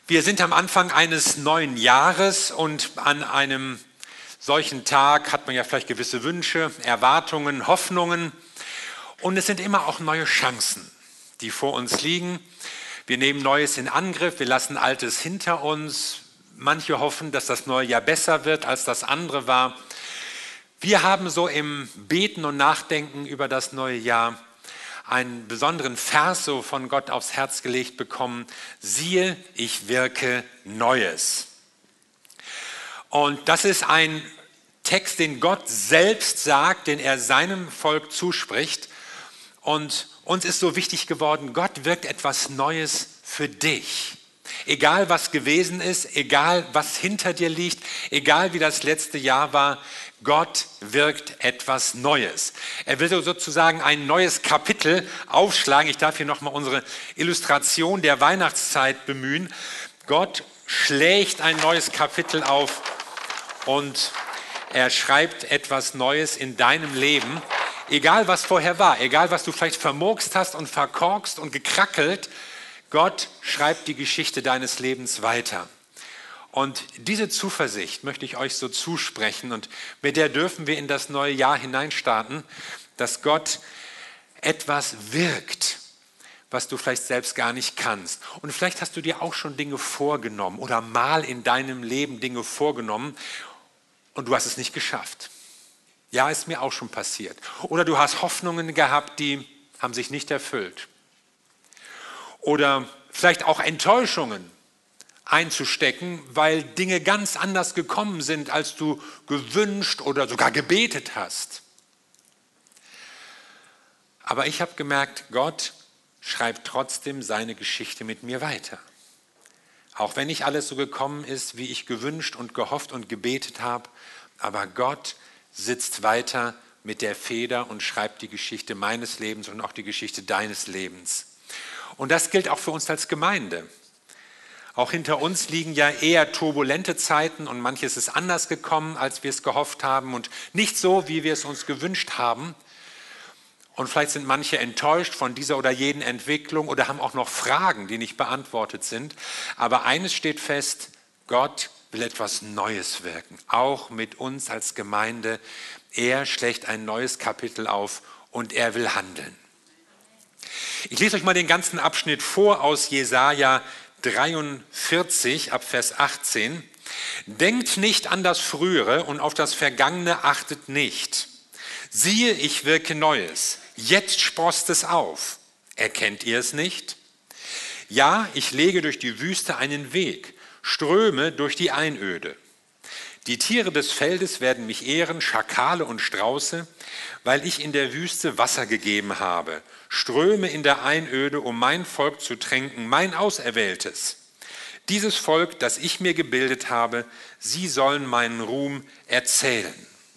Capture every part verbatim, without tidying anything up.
Wir sind am Anfang eines neuen Jahres und an einem solchen Tag hat man ja vielleicht gewisse Wünsche, Erwartungen, Hoffnungen und es sind immer auch neue Chancen, die vor uns liegen. Wir nehmen Neues in Angriff, wir lassen Altes hinter uns. Manche hoffen, dass das neue Jahr besser wird, als das andere war. Wir haben so im Beten und Nachdenken über das neue Jahr einen besonderen Vers so von Gott aufs Herz gelegt bekommen. Siehe, ich wirke Neues. Und das ist ein Text, den Gott selbst sagt, den er seinem Volk zuspricht. Und uns ist so wichtig geworden, Gott wirkt etwas Neues für dich. Egal was gewesen ist, egal was hinter dir liegt, egal wie das letzte Jahr war, Gott wirkt etwas Neues. Er will sozusagen ein neues Kapitel aufschlagen. Ich darf hier nochmal unsere Illustration der Weihnachtszeit bemühen. Gott schlägt ein neues Kapitel auf und er schreibt etwas Neues in deinem Leben. Egal was vorher war, egal was du vielleicht vermurkst hast und verkorkst und gekrackelt, Gott schreibt die Geschichte deines Lebens weiter. Und diese Zuversicht möchte ich euch so zusprechen und mit der dürfen wir in das neue Jahr hineinstarten, dass Gott etwas wirkt, was du vielleicht selbst gar nicht kannst. Und vielleicht hast du dir auch schon Dinge vorgenommen oder mal in deinem Leben Dinge vorgenommen und du hast es nicht geschafft. Ja, ist mir auch schon passiert. Oder du hast Hoffnungen gehabt, die haben sich nicht erfüllt. Oder vielleicht auch Enttäuschungen einzustecken, weil Dinge ganz anders gekommen sind, als du gewünscht oder sogar gebetet hast. Aber ich habe gemerkt, Gott schreibt trotzdem seine Geschichte mit mir weiter. Auch wenn nicht alles so gekommen ist, wie ich gewünscht und gehofft und gebetet habe, aber Gott sitzt weiter mit der Feder und schreibt die Geschichte meines Lebens und auch die Geschichte deines Lebens. Und das gilt auch für uns als Gemeinde. Auch hinter uns liegen ja eher turbulente Zeiten und manches ist anders gekommen, als wir es gehofft haben und nicht so, wie wir es uns gewünscht haben. Und vielleicht sind manche enttäuscht von dieser oder jenen Entwicklung oder haben auch noch Fragen, die nicht beantwortet sind. Aber eines steht fest, Gott will etwas Neues wirken, auch mit uns als Gemeinde. Er schlägt ein neues Kapitel auf und er will handeln. Ich lese euch mal den ganzen Abschnitt vor aus Jesaja dreiundvierzig ab Vers achtzehn. Denkt nicht an das Frühere und auf das Vergangene achtet nicht. Siehe, ich wirke Neues. Jetzt sproßt es auf. Erkennt ihr es nicht? Ja, ich lege durch die Wüste einen Weg, Ströme durch die Einöde. Die Tiere des Feldes werden mich ehren, Schakale und Strauße, weil ich in der Wüste Wasser gegeben habe, Ströme in der Einöde, um mein Volk zu tränken, mein Auserwähltes. Dieses Volk, das ich mir gebildet habe, sie sollen meinen Ruhm erzählen.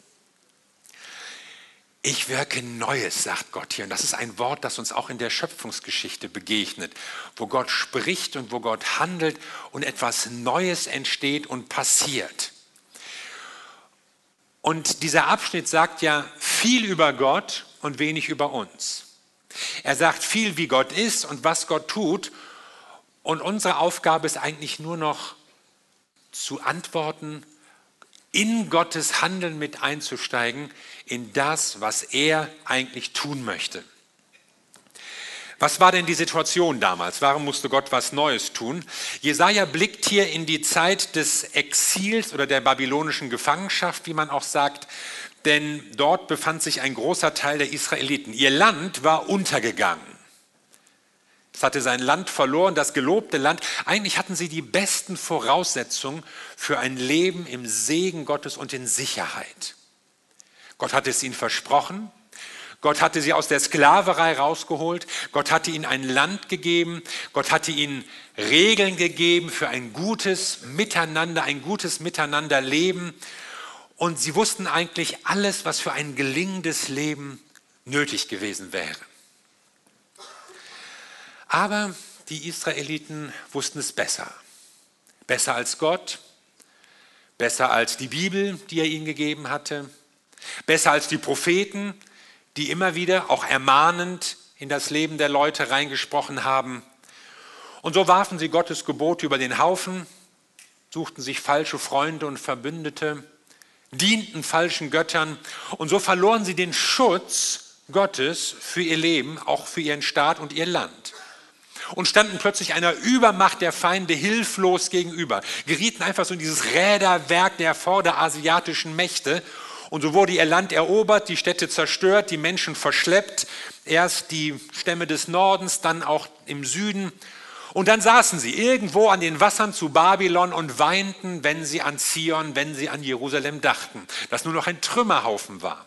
Ich wirke Neues, sagt Gott hier. Und das ist ein Wort, das uns auch in der Schöpfungsgeschichte begegnet, wo Gott spricht und wo Gott handelt und etwas Neues entsteht und passiert. Und dieser Abschnitt sagt ja viel über Gott und wenig über uns. Er sagt viel, wie Gott ist und was Gott tut. Und unsere Aufgabe ist eigentlich nur noch zu antworten, in Gottes Handeln mit einzusteigen, in das, was er eigentlich tun möchte. Was war denn die Situation damals? Warum musste Gott was Neues tun? Jesaja blickt hier in die Zeit des Exils oder der babylonischen Gefangenschaft, wie man auch sagt, denn dort befand sich ein großer Teil der Israeliten. Ihr Land war untergegangen. Es hatte sein Land verloren, das gelobte Land. Eigentlich hatten sie die besten Voraussetzungen für ein Leben im Segen Gottes und in Sicherheit. Gott hatte es ihnen versprochen. Gott hatte sie aus der Sklaverei rausgeholt. Gott hatte ihnen ein Land gegeben. Gott hatte ihnen Regeln gegeben für ein gutes Miteinander, ein gutes Miteinanderleben. Und sie wussten eigentlich alles, was für ein gelingendes Leben nötig gewesen wäre. Aber die Israeliten wussten es besser. Besser als Gott, besser als die Bibel, die er ihnen gegeben hatte, besser als die Propheten, die immer wieder auch ermahnend in das Leben der Leute reingesprochen haben. Und so warfen sie Gottes Gebote über den Haufen, suchten sich falsche Freunde und Verbündete, dienten falschen Göttern und so verloren sie den Schutz Gottes für ihr Leben, auch für ihren Staat und ihr Land. Und standen plötzlich einer Übermacht der Feinde hilflos gegenüber, gerieten einfach so in dieses Räderwerk der vorderasiatischen Mächte. Und so wurde ihr Land erobert, die Städte zerstört, die Menschen verschleppt, erst die Stämme des Nordens, dann auch im Süden. Und dann saßen sie irgendwo an den Wassern zu Babylon und weinten, wenn sie an Zion, wenn sie an Jerusalem dachten, das nur noch ein Trümmerhaufen war.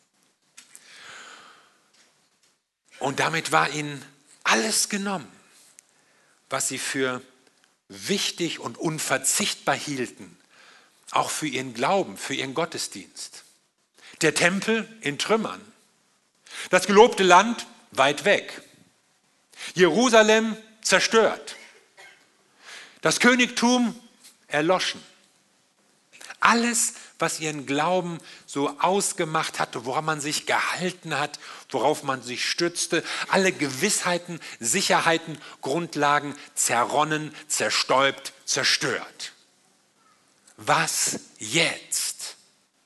Und damit war ihnen alles genommen, was sie für wichtig und unverzichtbar hielten, auch für ihren Glauben, für ihren Gottesdienst. Der Tempel in Trümmern, das gelobte Land weit weg, Jerusalem zerstört, das Königtum erloschen. Alles, was ihren Glauben so ausgemacht hatte, woran man sich gehalten hat, worauf man sich stützte, alle Gewissheiten, Sicherheiten, Grundlagen zerronnen, zerstäubt, zerstört. Was jetzt?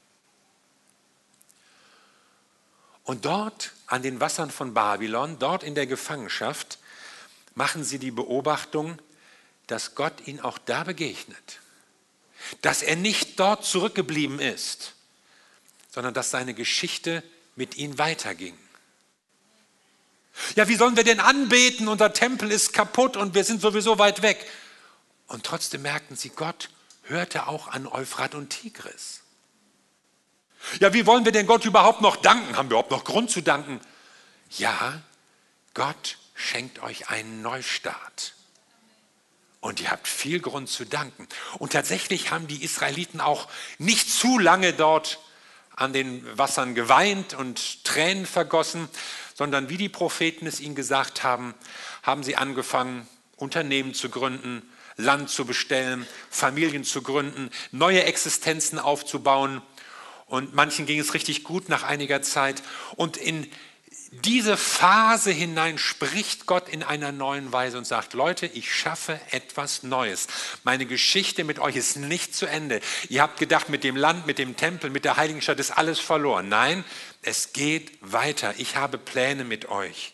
Und dort an den Wassern von Babylon, dort in der Gefangenschaft, machen sie die Beobachtung, dass Gott ihnen auch da begegnet. Dass er nicht dort zurückgeblieben ist, sondern dass seine Geschichte mit ihnen weiterging. Ja, wie sollen wir denn anbeten? Unser Tempel ist kaputt und wir sind sowieso weit weg. Und trotzdem merkten sie, Gott hörte auch an Euphrat und Tigris. Ja, wie wollen wir denn Gott überhaupt noch danken? Haben wir überhaupt noch Grund zu danken? Ja, Gott schenkt euch einen Neustart. Und ihr habt viel Grund zu danken. Und tatsächlich haben die Israeliten auch nicht zu lange dort an den Wassern geweint und Tränen vergossen, sondern wie die Propheten es ihnen gesagt haben, haben sie angefangen, Unternehmen zu gründen, Land zu bestellen, Familien zu gründen, neue Existenzen aufzubauen. Und manchen ging es richtig gut nach einiger Zeit. Und in diese Phase hinein spricht Gott in einer neuen Weise und sagt, Leute, ich schaffe etwas Neues. Meine Geschichte mit euch ist nicht zu Ende. Ihr habt gedacht, mit dem Land, mit dem Tempel, mit der Heiligen Stadt ist alles verloren. Nein, es geht weiter. Ich habe Pläne mit euch.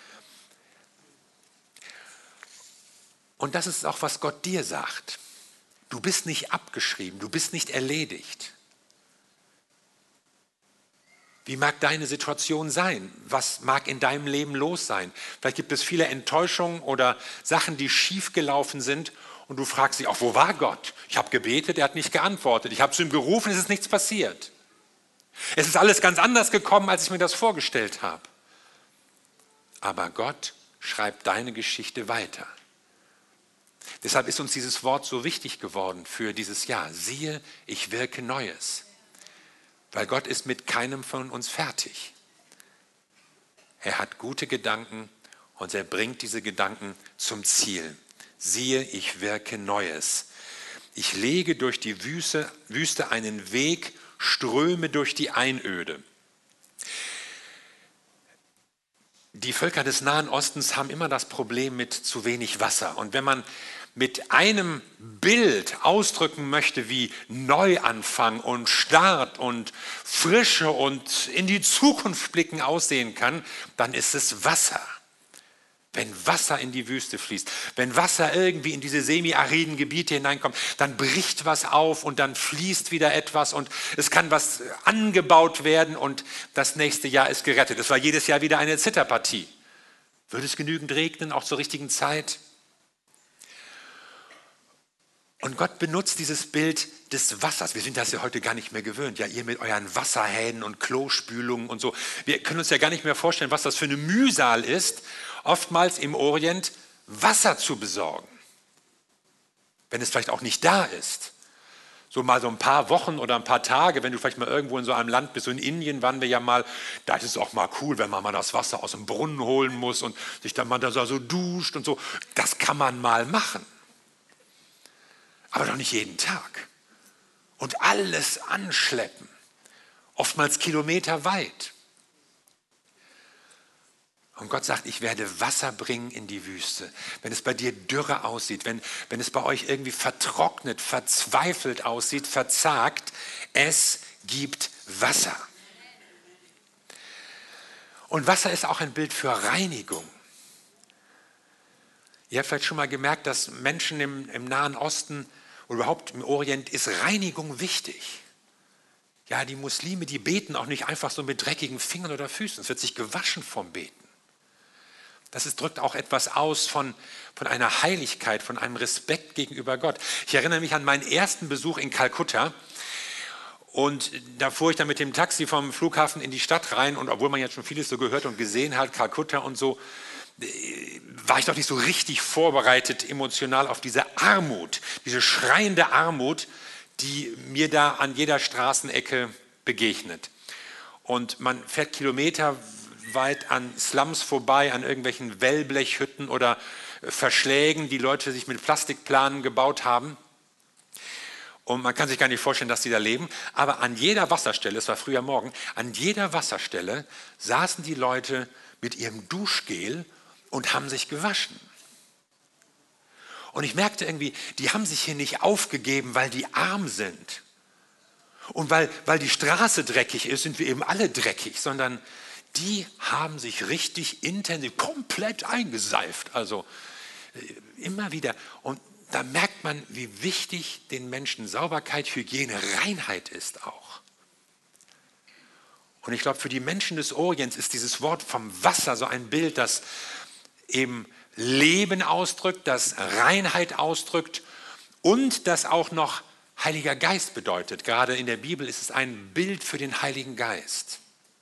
Und das ist auch, was Gott dir sagt. Du bist nicht abgeschrieben, du bist nicht erledigt. Wie mag deine Situation sein? Was mag in deinem Leben los sein? Vielleicht gibt es viele Enttäuschungen oder Sachen, die schiefgelaufen sind und du fragst dich auch, wo war Gott? Ich habe gebetet, er hat nicht geantwortet. Ich habe zu ihm gerufen, es ist nichts passiert. Es ist alles ganz anders gekommen, als ich mir das vorgestellt habe. Aber Gott schreibt deine Geschichte weiter. Deshalb ist uns dieses Wort so wichtig geworden für dieses Jahr. Siehe, ich wirke Neues. Weil Gott ist mit keinem von uns fertig. Er hat gute Gedanken und er bringt diese Gedanken zum Ziel. Siehe, ich wirke Neues. Ich lege durch die Wüste, Wüste einen Weg, ströme durch die Einöde. Die Völker des Nahen Ostens haben immer das Problem mit zu wenig Wasser. Und wenn man mit einem Bild ausdrücken möchte, wie Neuanfang und Start und Frische und in die Zukunft blicken aussehen kann, dann ist es Wasser. Wenn Wasser in die Wüste fließt, wenn Wasser irgendwie in diese semi-ariden Gebiete hineinkommt, dann bricht was auf und dann fließt wieder etwas und es kann was angebaut werden und das nächste Jahr ist gerettet. Es war jedes Jahr wieder eine Zitterpartie. Würde es genügend regnen, auch zur richtigen Zeit? Und Gott benutzt dieses Bild des Wassers. Wir sind das ja heute gar nicht mehr gewöhnt. Ja, ihr mit euren Wasserhähnen und Klospülungen und so. Wir können uns ja gar nicht mehr vorstellen, was das für eine Mühsal ist, oftmals im Orient Wasser zu besorgen. Wenn es vielleicht auch nicht da ist. So mal so ein paar Wochen oder ein paar Tage, wenn du vielleicht mal irgendwo in so einem Land bist, so in Indien waren wir ja mal, da ist es auch mal cool, wenn man mal das Wasser aus dem Brunnen holen muss und sich dann mal da so duscht und so. Das kann man mal machen. Aber doch nicht jeden Tag. Und alles anschleppen. Oftmals kilometerweit. Und Gott sagt, ich werde Wasser bringen in die Wüste. Wenn es bei dir dürre aussieht, wenn, wenn es bei euch irgendwie vertrocknet, verzweifelt aussieht, verzagt, es gibt Wasser. Und Wasser ist auch ein Bild für Reinigung. Ihr habt vielleicht schon mal gemerkt, dass Menschen im, im Nahen Osten oder überhaupt im Orient ist Reinigung wichtig. Ja, die Muslime, die beten auch nicht einfach so mit dreckigen Fingern oder Füßen. Es wird sich gewaschen vom Beten. Das ist, drückt auch etwas aus von, von einer Heiligkeit, von einem Respekt gegenüber Gott. Ich erinnere mich an meinen ersten Besuch in Kalkutta. Und da fuhr ich dann mit dem Taxi vom Flughafen in die Stadt rein. Und obwohl man jetzt schon vieles so gehört und gesehen hat, Kalkutta und so, war ich doch nicht so richtig vorbereitet emotional auf diese Armut, diese schreiende Armut, die mir da an jeder Straßenecke begegnet. Und man fährt kilometerweit an Slums vorbei, an irgendwelchen Wellblechhütten oder Verschlägen, die Leute sich mit Plastikplanen gebaut haben. Und man kann sich gar nicht vorstellen, dass die da leben. Aber an jeder Wasserstelle, es war früher Morgen, an jeder Wasserstelle saßen die Leute mit ihrem Duschgel und haben sich gewaschen. Und ich merkte irgendwie, die haben sich hier nicht aufgegeben, weil die arm sind. Und weil, weil die Straße dreckig ist, sind wir eben alle dreckig, sondern die haben sich richtig intensiv, komplett eingeseift. Also immer wieder. Und da merkt man, wie wichtig den Menschen Sauberkeit, Hygiene, Reinheit ist auch. Und ich glaube, für die Menschen des Orients ist dieses Wort vom Wasser so ein Bild, das eben Leben ausdrückt, das Reinheit ausdrückt und das auch noch Heiliger Geist bedeutet. Gerade in der Bibel ist es ein Bild für den Heiligen Geist.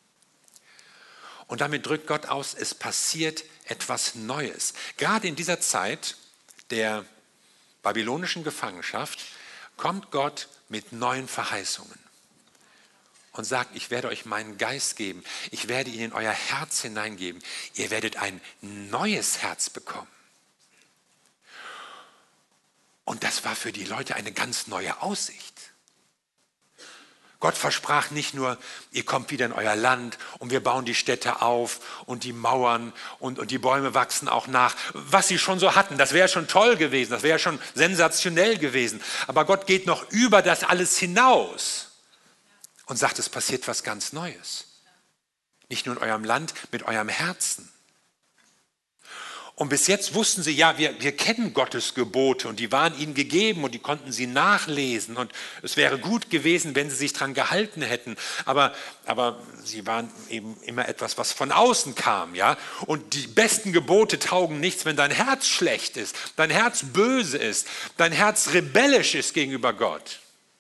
Und damit drückt Gott aus, es passiert etwas Neues. Gerade in dieser Zeit der babylonischen Gefangenschaft kommt Gott mit neuen Verheißungen und sagt, ich werde euch meinen Geist geben, ich werde ihn in euer Herz hineingeben, ihr werdet ein neues Herz bekommen. Und das war für die Leute eine ganz neue Aussicht. Gott versprach nicht nur, ihr kommt wieder in euer Land und wir bauen die Städte auf und die Mauern und, und die Bäume wachsen auch nach, was sie schon so hatten. Das wäre schon toll gewesen, das wäre schon sensationell gewesen. Aber Gott geht noch über das alles hinaus und sagt, es passiert was ganz Neues. Nicht nur in eurem Land, mit eurem Herzen. Und bis jetzt wussten sie, ja, wir, wir kennen Gottes Gebote und die waren ihnen gegeben und die konnten sie nachlesen und es wäre gut gewesen, wenn sie sich daran gehalten hätten. Aber, aber sie waren eben immer etwas, was von außen kam, ja. Und die besten Gebote taugen nichts, wenn dein Herz schlecht ist, dein Herz böse ist, dein Herz rebellisch ist gegenüber Gott.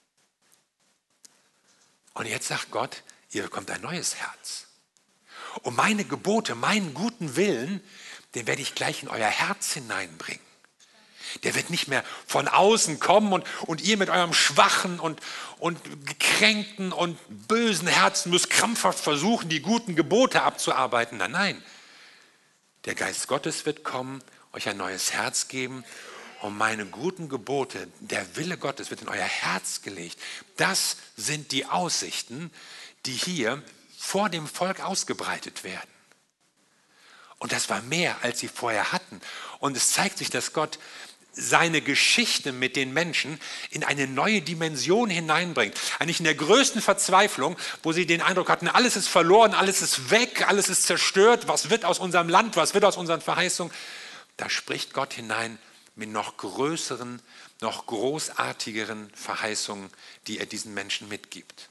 Und jetzt sagt Gott, ihr bekommt ein neues Herz. Und meine Gebote, meinen guten Willen, den werde ich gleich in euer Herz hineinbringen. Der wird nicht mehr von außen kommen und, und ihr mit eurem schwachen und, und gekränkten und bösen Herzen müsst krampfhaft versuchen, die guten Gebote abzuarbeiten. Nein, nein. Der Geist Gottes wird kommen, euch ein neues Herz geben und meine guten Gebote, der Wille Gottes wird in euer Herz gelegt. Das sind die Aussichten, die hier vor dem Volk ausgebreitet werden. Und das war mehr, als sie vorher hatten. Und es zeigt sich, dass Gott seine Geschichte mit den Menschen in eine neue Dimension hineinbringt. Eigentlich in der größten Verzweiflung, wo sie den Eindruck hatten, alles ist verloren, alles ist weg, alles ist zerstört, was wird aus unserem Land, was wird aus unseren Verheißungen? Da spricht Gott hinein mit noch größeren, noch großartigeren Verheißungen, die er diesen Menschen mitgibt.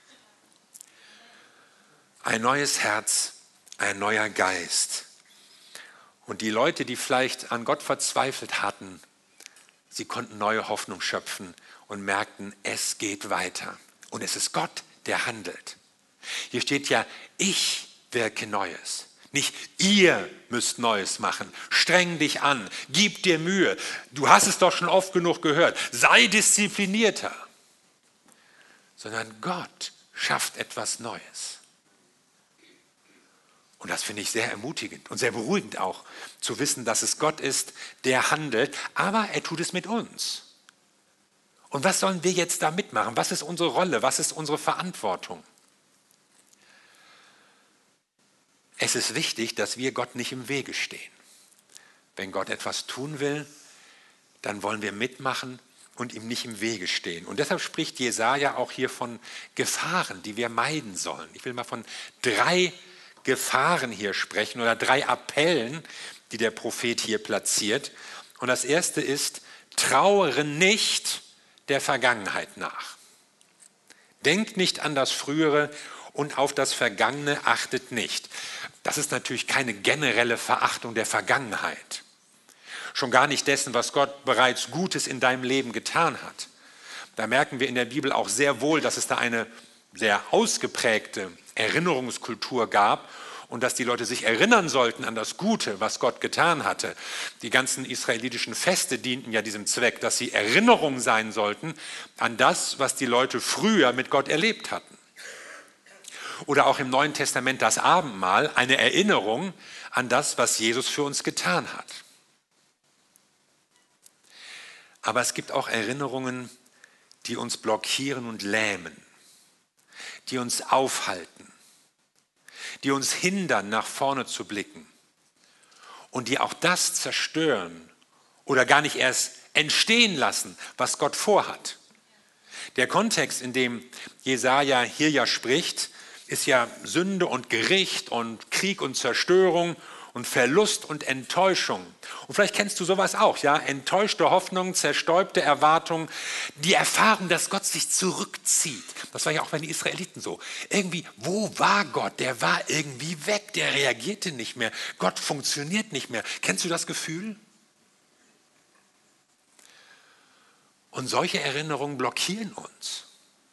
Ein neues Herz, ein neuer Geist. Und die Leute, die vielleicht an Gott verzweifelt hatten, sie konnten neue Hoffnung schöpfen und merkten, es geht weiter. Und es ist Gott, der handelt. Hier steht ja, ich wirke Neues. Nicht ihr müsst Neues machen. Streng dich an, gib dir Mühe. Du hast es doch schon oft genug gehört. Sei disziplinierter. Sondern Gott schafft etwas Neues. Und das finde ich sehr ermutigend und sehr beruhigend auch, zu wissen, dass es Gott ist, der handelt, aber er tut es mit uns. Und was sollen wir jetzt da mitmachen? Was ist unsere Rolle? Was ist unsere Verantwortung? Es ist wichtig, dass wir Gott nicht im Wege stehen. Wenn Gott etwas tun will, dann wollen wir mitmachen und ihm nicht im Wege stehen. Und deshalb spricht Jesaja auch hier von Gefahren, die wir meiden sollen. Ich will mal von drei Gefahren hier sprechen oder drei Appellen, die der Prophet hier platziert. Und das erste ist, trauere nicht der Vergangenheit nach. Denkt nicht an das Frühere und auf das Vergangene achtet nicht. Das ist natürlich keine generelle Verachtung der Vergangenheit. Schon gar nicht dessen, was Gott bereits Gutes in deinem Leben getan hat. Da merken wir in der Bibel auch sehr wohl, dass es da eine sehr ausgeprägte Erinnerungskultur gab und dass die Leute sich erinnern sollten an das Gute, was Gott getan hatte. Die ganzen israelitischen Feste dienten ja diesem Zweck, dass sie Erinnerung sein sollten an das, was die Leute früher mit Gott erlebt hatten. Oder auch im Neuen Testament das Abendmahl, eine Erinnerung an das, was Jesus für uns getan hat. Aber es gibt auch Erinnerungen, die uns blockieren und lähmen, die uns aufhalten, die uns hindern, nach vorne zu blicken und die auch das zerstören oder gar nicht erst entstehen lassen, was Gott vorhat. Der Kontext, in dem Jesaja hier ja spricht, ist ja Sünde und Gericht und Krieg und Zerstörung und Verlust und Enttäuschung. Und vielleicht kennst du sowas auch, ja? Enttäuschte Hoffnung, zerstäubte Erwartung, die Erfahrung, dass Gott sich zurückzieht. Das war ja auch bei den Israeliten so. Irgendwie, wo war Gott? Der war irgendwie weg, der reagierte nicht mehr. Gott funktioniert nicht mehr. Kennst du das Gefühl? Und solche Erinnerungen blockieren uns.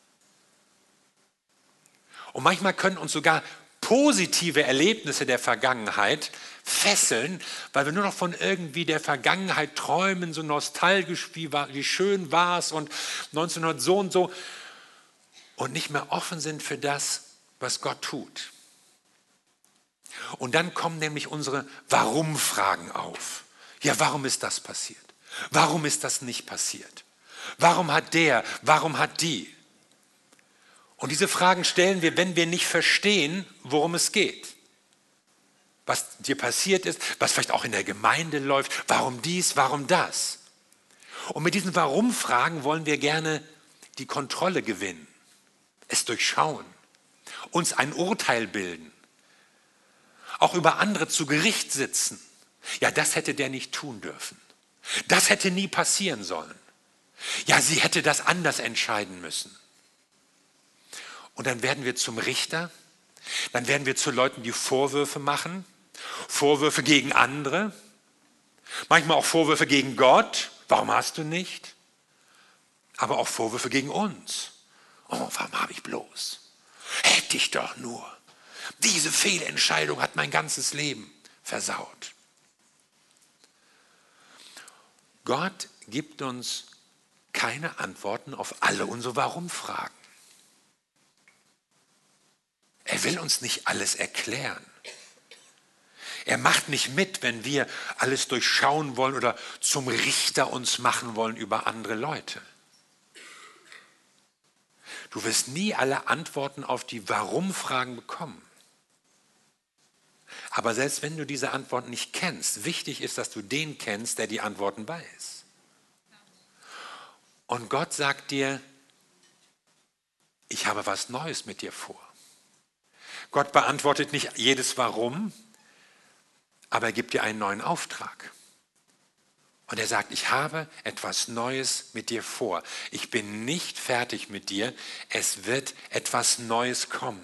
Und manchmal können uns sogar positive Erlebnisse der Vergangenheit fesseln, weil wir nur noch von irgendwie der Vergangenheit träumen, so nostalgisch, wie, war, wie schön war es und neunzehnhundert so und so und nicht mehr offen sind für das, was Gott tut. Und dann kommen nämlich unsere Warum-Fragen auf. Ja, warum ist das passiert? Warum ist das nicht passiert? Warum hat der, warum hat die? Und diese Fragen stellen wir, wenn wir nicht verstehen, worum es geht. Was dir passiert ist, was vielleicht auch in der Gemeinde läuft, warum dies, warum das. Und mit diesen Warum-Fragen wollen wir gerne die Kontrolle gewinnen, es durchschauen, uns ein Urteil bilden, auch über andere zu Gericht sitzen. Ja, das hätte der nicht tun dürfen. Das hätte nie passieren sollen. Ja, sie hätte das anders entscheiden müssen. Und dann werden wir zum Richter, dann werden wir zu Leuten, die Vorwürfe machen, Vorwürfe gegen andere, manchmal auch Vorwürfe gegen Gott, warum hast du nicht? Aber auch Vorwürfe gegen uns. Oh, warum habe ich bloß? Hätte ich doch nur. Diese Fehlentscheidung hat mein ganzes Leben versaut. Gott gibt uns keine Antworten auf alle unsere Warum-Fragen. Er will uns nicht alles erklären. Er macht nicht mit, wenn wir alles durchschauen wollen oder zum Richter uns machen wollen über andere Leute. Du wirst nie alle Antworten auf die Warum-Fragen bekommen. Aber selbst wenn du diese Antworten nicht kennst, wichtig ist, dass du den kennst, der die Antworten weiß. Und Gott sagt dir, ich habe was Neues mit dir vor. Gott beantwortet nicht jedes Warum, aber er gibt dir einen neuen Auftrag. Und er sagt, ich habe etwas Neues mit dir vor. Ich bin nicht fertig mit dir, es wird etwas Neues kommen.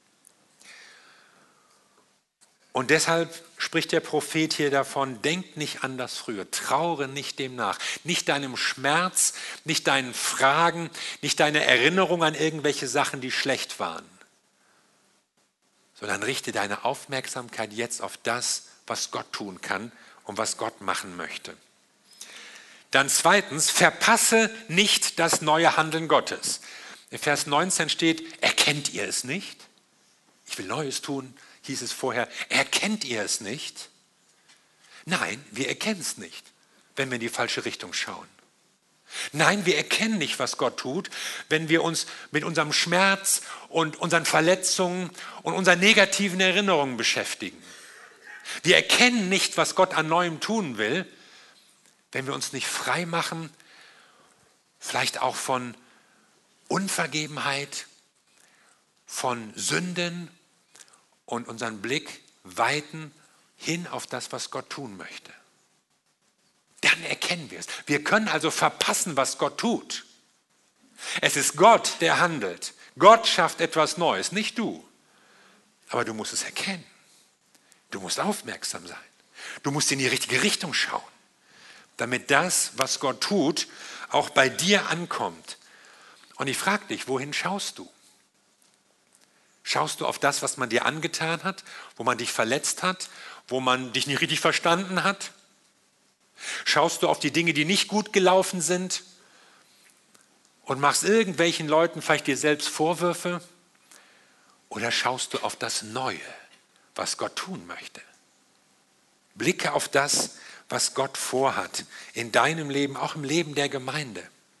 Und deshalb spricht der Prophet hier davon, denk nicht an das Frühe, trauere nicht dem nach, nicht deinem Schmerz, nicht deinen Fragen, nicht deine Erinnerung an irgendwelche Sachen, die schlecht waren, sondern richte deine Aufmerksamkeit jetzt auf das, was Gott tun kann und was Gott machen möchte. Dann zweitens, verpasse nicht das neue Handeln Gottes. In Vers neunzehn steht, erkennt ihr es nicht? Ich will Neues tun, hieß es vorher. Erkennt ihr es nicht? Nein, wir erkennen es nicht, wenn wir in die falsche Richtung schauen. Nein, wir erkennen nicht, was Gott tut, wenn wir uns mit unserem Schmerz und unseren Verletzungen und unseren negativen Erinnerungen beschäftigen. Wir erkennen nicht, was Gott an Neuem tun will, wenn wir uns nicht frei machen, vielleicht auch von Unvergebenheit, von Sünden und unseren Blick weiten hin auf das, was Gott tun möchte. Dann erkennen wir es. Wir können also verpassen, was Gott tut. Es ist Gott, der handelt. Gott schafft etwas Neues, nicht du. Aber du musst es erkennen. Du musst aufmerksam sein. Du musst in die richtige Richtung schauen, damit das, was Gott tut, auch bei dir ankommt. Und ich frage dich, wohin schaust du? Schaust du auf das, was man dir angetan hat, wo man dich verletzt hat, wo man dich nicht richtig verstanden hat? Schaust du auf die Dinge, die nicht gut gelaufen sind und machst irgendwelchen Leuten vielleicht dir selbst Vorwürfe? Oder schaust du auf das Neue, was Gott tun möchte? Blicke auf das, was Gott vorhat in deinem Leben, auch im Leben der Gemeinde.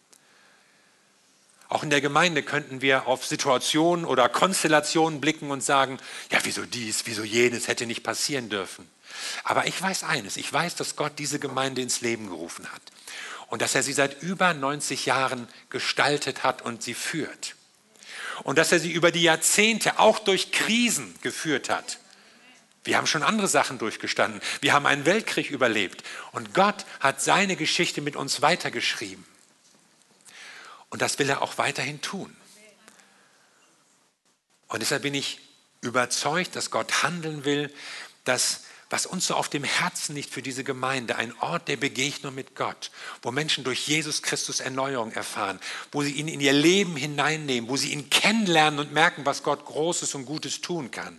Auch in der Gemeinde könnten wir auf Situationen oder Konstellationen blicken und sagen, ja, wieso dies, wieso jenes hätte nicht passieren dürfen. Aber ich weiß eines, ich weiß, dass Gott diese Gemeinde ins Leben gerufen hat und dass er sie seit über neunzig Jahren gestaltet hat und sie führt. Und dass er sie über die Jahrzehnte auch durch Krisen geführt hat. Wir haben schon andere Sachen durchgestanden. Wir haben einen Weltkrieg überlebt und Gott hat seine Geschichte mit uns weitergeschrieben. Und das will er auch weiterhin tun. Und deshalb bin ich überzeugt, dass Gott handeln will, dass was uns so auf dem Herzen liegt für diese Gemeinde, ein Ort der Begegnung mit Gott, wo Menschen durch Jesus Christus Erneuerung erfahren, wo sie ihn in ihr Leben hineinnehmen, wo sie ihn kennenlernen und merken, was Gott Großes und Gutes tun kann.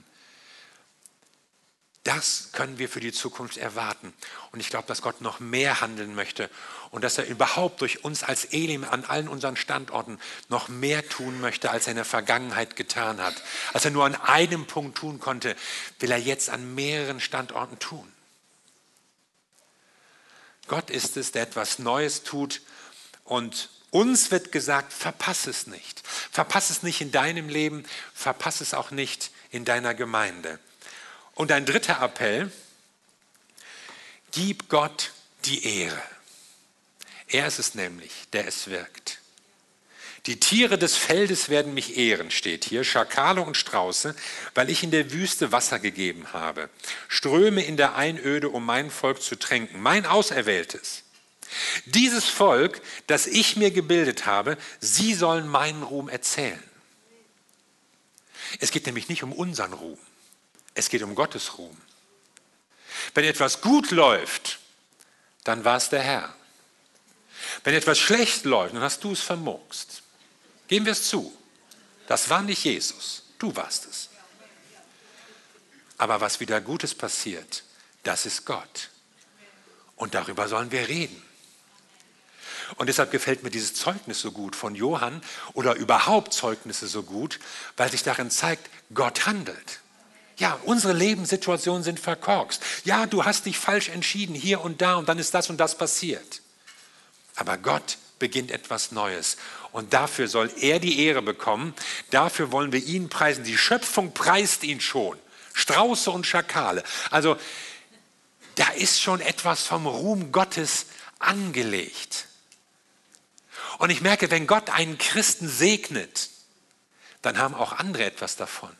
Das können wir für die Zukunft erwarten. Und ich glaube, dass Gott noch mehr handeln möchte und dass er überhaupt durch uns als Elim an allen unseren Standorten noch mehr tun möchte, als er in der Vergangenheit getan hat. Als er nur an einem Punkt tun konnte, will er jetzt an mehreren Standorten tun. Gott ist es, der etwas Neues tut und uns wird gesagt, verpass es nicht. Verpass es nicht in deinem Leben, verpass es auch nicht in deiner Gemeinde. Und ein dritter Appell, gib Gott die Ehre. Er ist es nämlich, der es wirkt. Die Tiere des Feldes werden mich ehren, steht hier, Schakale und Strauße, weil ich in der Wüste Wasser gegeben habe. Ströme in der Einöde, um mein Volk zu tränken, mein Auserwähltes. Dieses Volk, das ich mir gebildet habe, sie sollen meinen Ruhm erzählen. Es geht nämlich nicht um unseren Ruhm. Es geht um Gottes Ruhm. Wenn etwas gut läuft, dann war es der Herr. Wenn etwas schlecht läuft, dann hast du es vermurkst. Geben wir es zu. Das war nicht Jesus, du warst es. Aber was wieder Gutes passiert, das ist Gott. Und darüber sollen wir reden. Und deshalb gefällt mir dieses Zeugnis so gut von Johann oder überhaupt Zeugnisse so gut, weil sich darin zeigt, Gott handelt. Ja, unsere Lebenssituationen sind verkorkst. Ja, du hast dich falsch entschieden hier und da und dann ist das und das passiert. Aber Gott beginnt etwas Neues und dafür soll er die Ehre bekommen. Dafür wollen wir ihn preisen. Die Schöpfung preist ihn schon. Strauße und Schakale. Also da ist schon etwas vom Ruhm Gottes angelegt. Und ich merke, wenn Gott einen Christen segnet, dann haben auch andere etwas davon.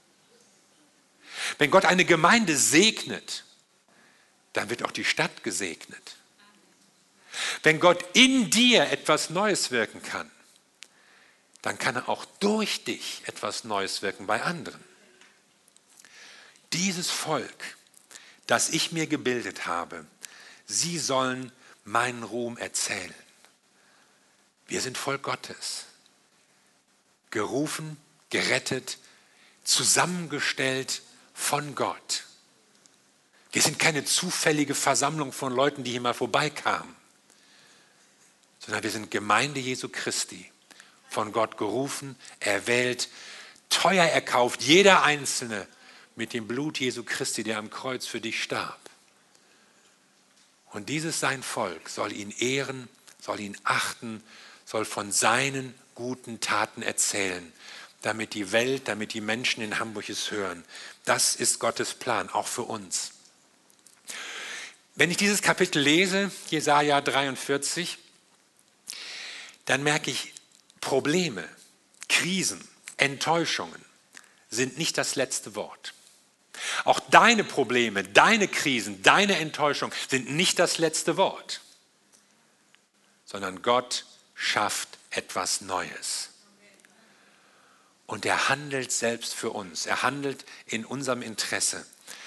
Wenn Gott eine Gemeinde segnet, dann wird auch die Stadt gesegnet. Wenn Gott in dir etwas Neues wirken kann, dann kann er auch durch dich etwas Neues wirken bei anderen. Dieses Volk, das ich mir gebildet habe, sie sollen meinen Ruhm erzählen. Wir sind Volk Gottes, gerufen, gerettet, zusammengestellt von Gott. Wir sind keine zufällige Versammlung von Leuten, die hier mal vorbeikamen, sondern wir sind Gemeinde Jesu Christi, von Gott gerufen, erwählt, teuer erkauft, jeder Einzelne mit dem Blut Jesu Christi, der am Kreuz für dich starb. Und dieses sein Volk soll ihn ehren soll ihn achten, soll von seinen guten Taten erzählen, damit die Welt, damit die Menschen in Hamburg es hören. Das ist Gottes Plan, auch für uns. Wenn ich dieses Kapitel lese, Jesaja dreiundvierzig, dann merke ich, Probleme, Krisen, Enttäuschungen sind nicht das letzte Wort. Auch deine Probleme, deine Krisen, deine Enttäuschung sind nicht das letzte Wort, sondern Gott schafft etwas Neues. Und er handelt selbst für uns. Er handelt in unserem Interesse.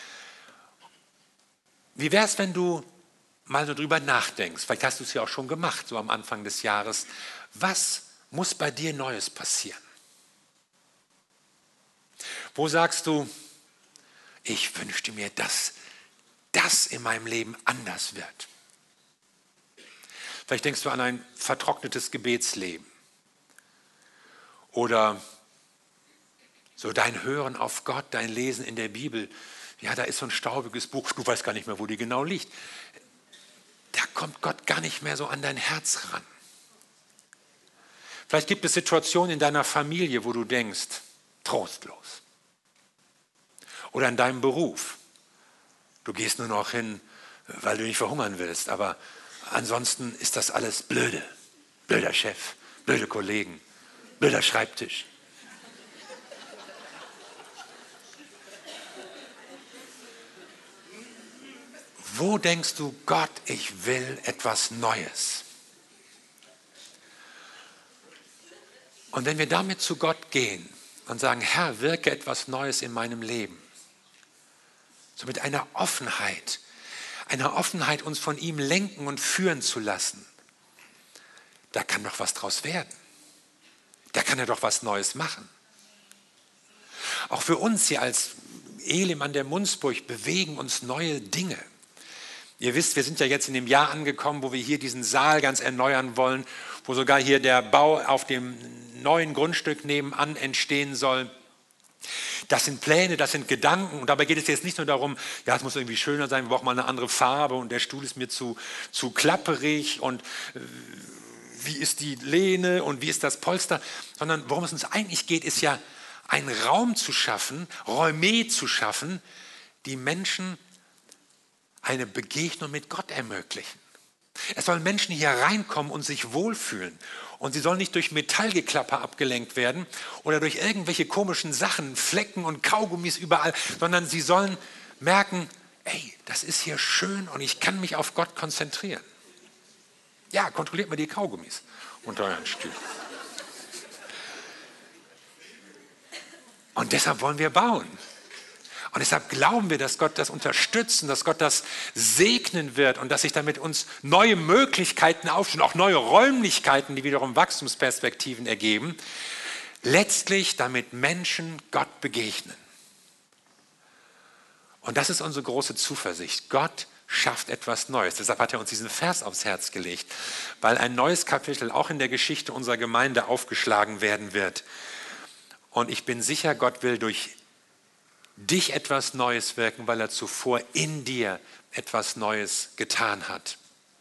Wie wäre es, wenn du mal so drüber nachdenkst? Vielleicht hast du es ja auch schon gemacht, so am Anfang des Jahres. Was muss bei dir Neues passieren? Wo sagst du, ich wünschte mir, dass das in meinem Leben anders wird? Vielleicht denkst du an ein vertrocknetes Gebetsleben oder so dein Hören auf Gott, dein Lesen in der Bibel. Ja, da ist so ein staubiges Buch, du weißt gar nicht mehr, wo die genau liegt. Da kommt Gott gar nicht mehr so an dein Herz ran. Vielleicht gibt es Situationen in deiner Familie, wo du denkst, trostlos. Oder in deinem Beruf. Du gehst nur noch hin, weil du nicht verhungern willst, aber ansonsten ist das alles blöde. Blöder Chef, blöde Kollegen, blöder Schreibtisch. Wo denkst du, Gott, ich will etwas Neues? Und wenn wir damit zu Gott gehen und sagen, Herr, wirke etwas Neues in meinem Leben, so mit einer Offenheit, einer Offenheit, uns von ihm lenken und führen zu lassen, da kann doch was draus werden. Da kann er doch was Neues machen. Auch für uns hier als Elim an der Munzburg bewegen uns neue Dinge. Ihr wisst, wir sind ja jetzt in dem Jahr angekommen, wo wir hier diesen Saal ganz erneuern wollen, wo sogar hier der Bau auf dem neuen Grundstück nebenan entstehen soll. Das sind Pläne, das sind Gedanken und dabei geht es jetzt nicht nur darum, ja, es muss irgendwie schöner sein, wir brauchen mal eine andere Farbe und der Stuhl ist mir zu, zu klapperig und äh, wie ist die Lehne und wie ist das Polster, sondern worum es uns eigentlich geht, ist ja einen Raum zu schaffen, Räume zu schaffen, die Menschen eine Begegnung mit Gott ermöglichen. Es sollen Menschen hier reinkommen und sich wohlfühlen. Und sie sollen nicht durch Metallgeklapper abgelenkt werden oder durch irgendwelche komischen Sachen, Flecken und Kaugummis überall, sondern sie sollen merken, ey, das ist hier schön und ich kann mich auf Gott konzentrieren. Ja, kontrolliert mal die Kaugummis unter euren Stühlen. Und deshalb wollen wir bauen. Und deshalb glauben wir, dass Gott das unterstützen, dass Gott das segnen wird und dass sich damit uns neue Möglichkeiten auftun, auch neue Räumlichkeiten, die wiederum Wachstumsperspektiven ergeben, letztlich damit Menschen Gott begegnen. Und das ist unsere große Zuversicht. Gott schafft etwas Neues. Deshalb hat er uns diesen Vers aufs Herz gelegt, weil ein neues Kapitel auch in der Geschichte unserer Gemeinde aufgeschlagen werden wird. Und ich bin sicher, Gott will durch dich etwas Neues wirken, weil er zuvor in dir etwas Neues getan hat.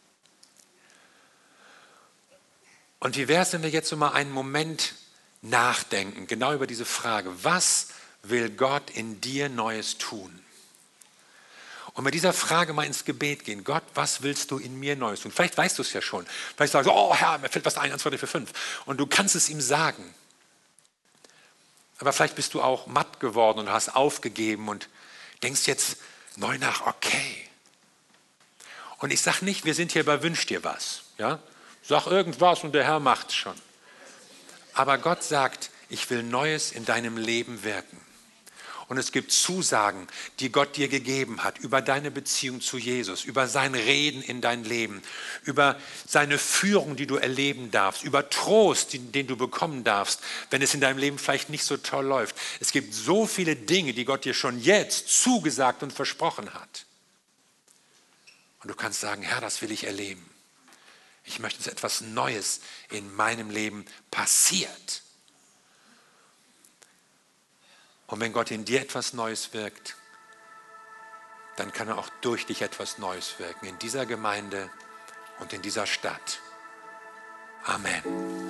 Und wie wäre es, wenn wir jetzt so mal einen Moment nachdenken, genau über diese Frage, was will Gott in dir Neues tun? Und mit dieser Frage mal ins Gebet gehen. Gott, was willst du in mir Neues tun? Vielleicht weißt du es ja schon. Vielleicht sagst du, oh Herr, mir fällt was ein, eins, zwei, drei, vier, fünf. Und du kannst es ihm sagen. Aber vielleicht bist du auch matt geworden und hast aufgegeben und denkst jetzt neu nach, okay. Und ich sage nicht, wir sind hier bei Wünsch dir was. Ja? Sag irgendwas und der Herr macht es schon. Aber Gott sagt, ich will Neues in deinem Leben wirken. Und es gibt Zusagen, die Gott dir gegeben hat, über deine Beziehung zu Jesus, über sein Reden in dein Leben, über seine Führung, die du erleben darfst, über Trost, den du bekommen darfst, wenn es in deinem Leben vielleicht nicht so toll läuft. Es gibt so viele Dinge, die Gott dir schon jetzt zugesagt und versprochen hat. Und du kannst sagen, Herr, das will ich erleben. Ich möchte, dass etwas Neues in meinem Leben passiert. Und wenn Gott in dir etwas Neues wirkt, dann kann er auch durch dich etwas Neues wirken, in dieser Gemeinde und in dieser Stadt. Amen.